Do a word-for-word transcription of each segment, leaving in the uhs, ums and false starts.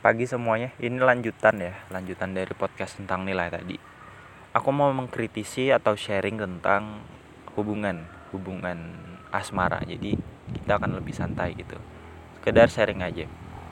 Pagi semuanya, ini lanjutan ya, lanjutan dari podcast tentang nilai tadi. Aku mau mengkritisi atau sharing tentang hubungan, hubungan asmara. Jadi kita akan lebih santai gitu. Sekedar sharing aja.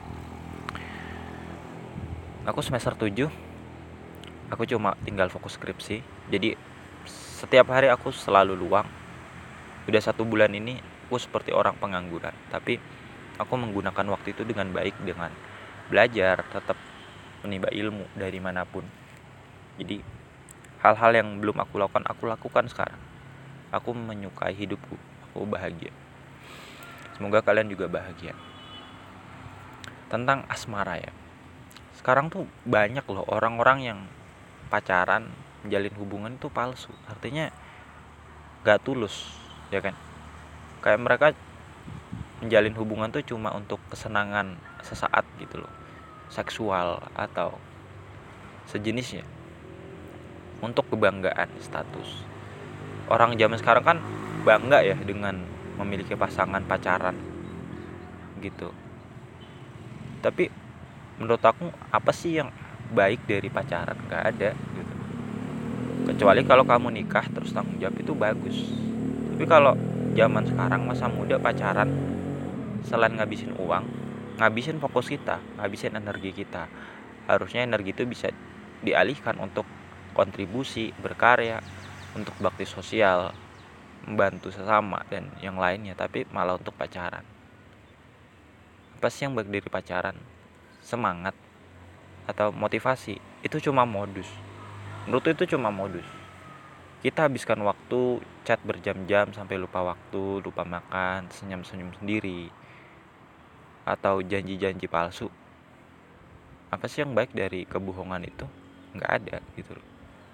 Aku semester tujuh, aku cuma tinggal fokus skripsi. Jadi setiap hari aku selalu luang. Udah satu bulan ini aku seperti orang pengangguran. Tapi aku menggunakan waktu itu dengan baik, dengan belajar, tetap menimba ilmu dari manapun. Jadi hal-hal yang belum aku lakukan, aku lakukan sekarang. Aku menyukai hidupku, aku bahagia. Semoga kalian juga bahagia. Tentang asmara ya, sekarang tuh banyak loh orang-orang yang pacaran, menjalin hubungan itu palsu. Artinya gak tulus, ya kan. Kayak mereka menjalin hubungan tuh cuma untuk kesenangan sesaat gitu loh, seksual atau sejenisnya, untuk kebanggaan status. Orang zaman sekarang kan bangga ya dengan memiliki pasangan pacaran gitu. Tapi menurut aku apa sih yang baik dari pacaran? Gak ada gitu. Kecuali kalau kamu nikah terus tanggung jawab, itu bagus. Tapi kalau zaman sekarang masa muda pacaran, selain ngabisin uang, ngabisin fokus kita, ngabisin energi kita. Harusnya energi itu bisa dialihkan untuk kontribusi, berkarya, untuk bakti sosial, membantu sesama dan yang lainnya. Tapi malah untuk pacaran. Apa sih yang baik dari pacaran? Semangat atau motivasi? Itu cuma modus. Menurutku itu cuma modus. Kita habiskan waktu chat berjam-jam sampai lupa waktu, lupa makan, senyum-senyum sendiri, atau janji-janji palsu. Apa sih yang baik dari kebohongan itu? Nggak ada gitu loh.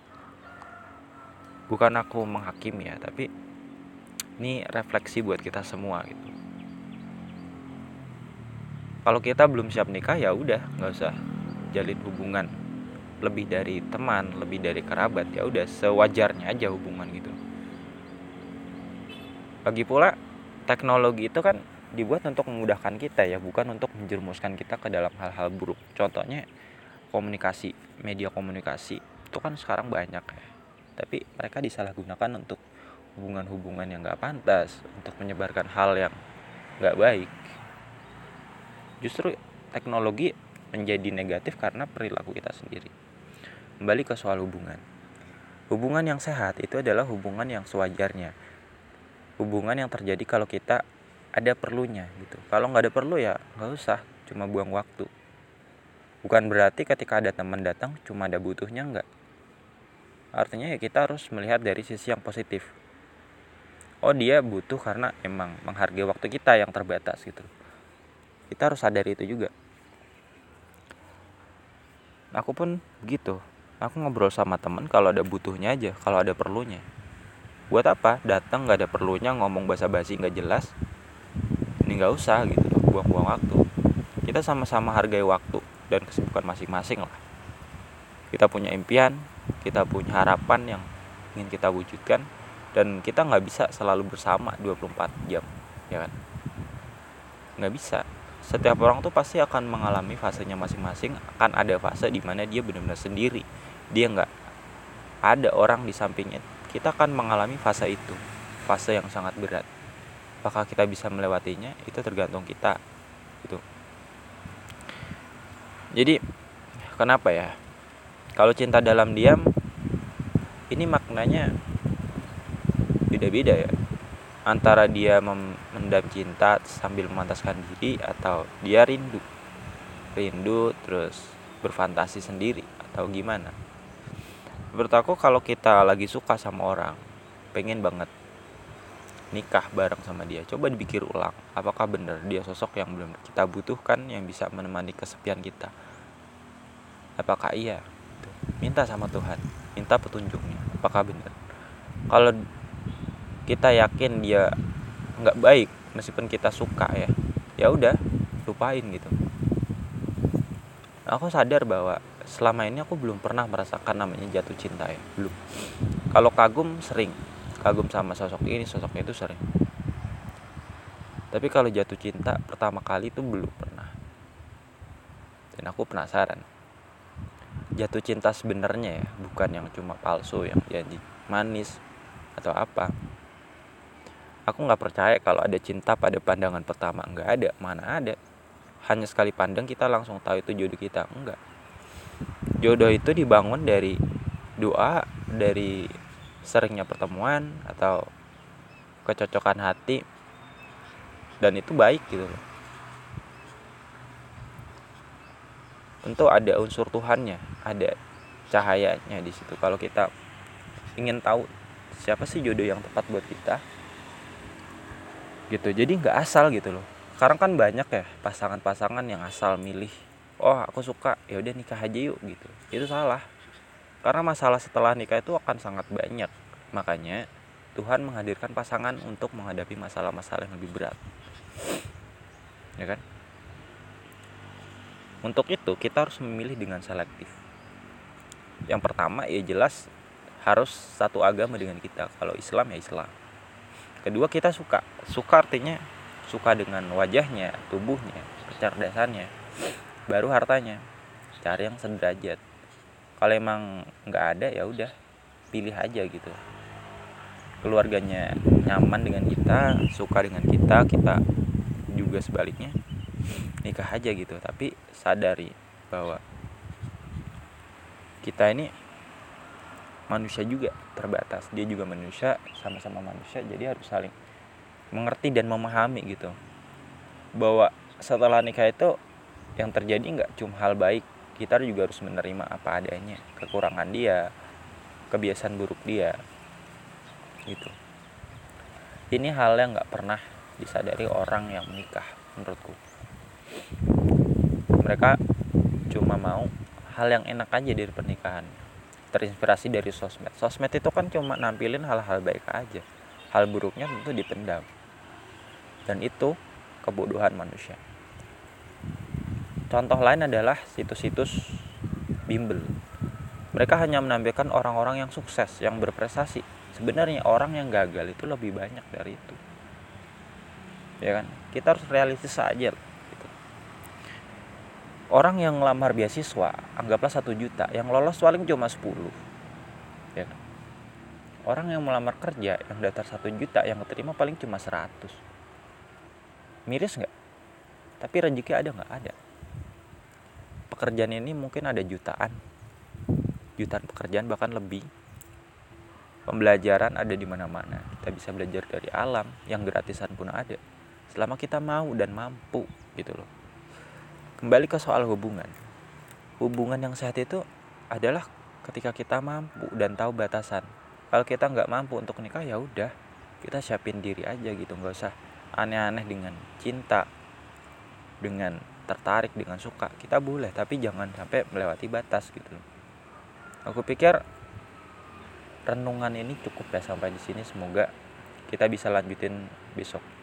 Bukan aku menghakimi ya, tapi ini refleksi buat kita semua gitu. Kalau kita belum siap nikah ya udah, nggak usah jalin hubungan lebih dari teman, lebih dari kerabat. Ya udah, sewajarnya aja hubungan gitu. Lagi pula teknologi itu kan dibuat untuk memudahkan kita ya, bukan untuk menjerumuskan kita ke dalam hal-hal buruk. Contohnya komunikasi, media komunikasi itu kan sekarang banyak ya, tapi mereka disalahgunakan untuk hubungan-hubungan yang gak pantas, untuk menyebarkan hal yang gak baik. Justru teknologi menjadi negatif karena perilaku kita sendiri. Kembali ke soal hubungan. Hubungan yang sehat itu adalah hubungan yang sewajarnya, hubungan yang terjadi kalau kita ada perlunya gitu. Kalau nggak ada perlu ya nggak usah, cuma buang waktu. Bukan berarti ketika ada teman datang cuma ada butuhnya, nggak. Artinya ya kita harus melihat dari sisi yang positif. Oh, dia butuh karena emang menghargai waktu kita yang terbatas gitu. Kita harus sadari itu juga. Aku pun gitu. Aku ngobrol sama teman kalau ada butuhnya aja, kalau ada perlunya. Buat apa? Datang nggak ada perlunya, ngomong basa-basi nggak jelas. Ini nggak usah gitu loh, buang-buang waktu. Kita sama-sama hargai waktu dan kesibukan masing-masing lah. Kita punya impian, kita punya harapan yang ingin kita wujudkan, dan kita nggak bisa selalu bersama dua puluh empat jam, ya kan? Nggak bisa. Setiap orang tuh pasti akan mengalami fasenya masing-masing. Akan ada fase di mana dia benar-benar sendiri, dia nggak ada orang di sampingnya. Kita akan mengalami fase itu, fase yang sangat berat. Apakah kita bisa melewatinya? Itu tergantung kita gitu. Jadi kenapa ya, kalau cinta dalam diam ini maknanya beda-beda ya. Antara dia memendam cinta sambil memantaskan diri, atau dia rindu rindu terus berfantasi sendiri, atau gimana. Menurut aku kalau kita lagi suka sama orang, pengen banget nikah bareng sama dia, coba dipikir ulang, apakah benar dia sosok yang belum kita butuhkan, yang bisa menemani kesepian kita. Apakah iya? Minta sama Tuhan, minta petunjuknya, apakah benar. Kalau kita yakin dia nggak baik, meskipun kita suka ya, ya udah lupain gitu. Aku sadar bahwa selama ini aku belum pernah merasakan namanya jatuh cinta ya, belum. Kalau kagum sering, kagum sama sosok ini sosok itu sering. Tapi kalau jatuh cinta pertama kali itu belum pernah. Dan aku penasaran, jatuh cinta sebenarnya ya, bukan yang cuma palsu, yang janji manis atau apa. Aku nggak percaya kalau ada cinta pada pandangan pertama. Nggak ada, mana ada. Hanya sekali pandang kita langsung tahu itu jodoh kita. Enggak. Jodoh itu dibangun dari doa, dari seringnya pertemuan atau kecocokan hati, dan itu baik gitu loh. Tentu ada unsur Tuhannya, ada cahayanya di situ. Kalau kita ingin tahu siapa sih jodoh yang tepat buat kita, gitu. Jadi nggak asal gitu loh. Sekarang kan banyak ya pasangan-pasangan yang asal milih, oh aku suka, ya udah nikah aja yuk gitu. Itu salah. Karena masalah setelah nikah itu akan sangat banyak. Makanya Tuhan menghadirkan pasangan untuk menghadapi masalah-masalah yang lebih berat. Ya kan? Untuk itu kita harus memilih dengan selektif. Yang pertama ya jelas harus satu agama dengan kita. Kalau Islam ya Islam. Kedua kita suka. Suka artinya suka dengan wajahnya, tubuhnya, kecerdasannya. Baru hartanya. Cari yang sederajat. Kalau emang nggak ada ya udah pilih aja gitu. Keluarganya nyaman dengan kita, suka dengan kita, kita juga sebaliknya, nikah aja gitu. Tapi sadari bahwa kita ini manusia juga terbatas, dia juga manusia, sama-sama manusia, jadi harus saling mengerti dan memahami gitu. Bahwa setelah nikah itu yang terjadi nggak cuma hal baik, kita juga harus menerima apa adanya, kekurangan dia, kebiasaan buruk dia gitu. Ini hal yang nggak pernah disadari orang yang menikah menurutku. Mereka cuma mau hal yang enak aja dari pernikahan, terinspirasi dari sosmed. Sosmed itu kan cuma nampilin hal-hal baik aja, hal buruknya tentu dipendam. Dan itu kebodohan manusia. Contoh lain adalah situs-situs bimbel. Mereka hanya menampilkan orang-orang yang sukses, yang berprestasi. Sebenarnya orang yang gagal itu lebih banyak dari itu. Ya kan? Kita harus realistis aja gitu. Orang yang ngelamar beasiswa, anggaplah satu juta, yang lolos paling cuma sepuluh. Ya kan? Orang yang melamar kerja, yang daftar satu juta, yang keterima paling cuma seratus. Miris nggak? Tapi rezeki ada nggak? Ada. Pekerjaan ini mungkin ada jutaan, jutaan pekerjaan bahkan lebih. Pembelajaran ada di mana-mana. Kita bisa belajar dari alam, yang gratisan pun ada. Selama kita mau dan mampu gitu loh. Kembali ke soal hubungan. Hubungan yang sehat itu adalah ketika kita mampu dan tahu batasan. Kalau kita nggak mampu untuk nikah ya udah, kita siapin diri aja gitu, nggak usah aneh-aneh dengan cinta, dengan tertarik, dengan suka. Kita boleh, tapi jangan sampai melewati batas gitu loh. Aku pikir renungan ini cukup ya sampai di sini. Semoga kita bisa lanjutin besok.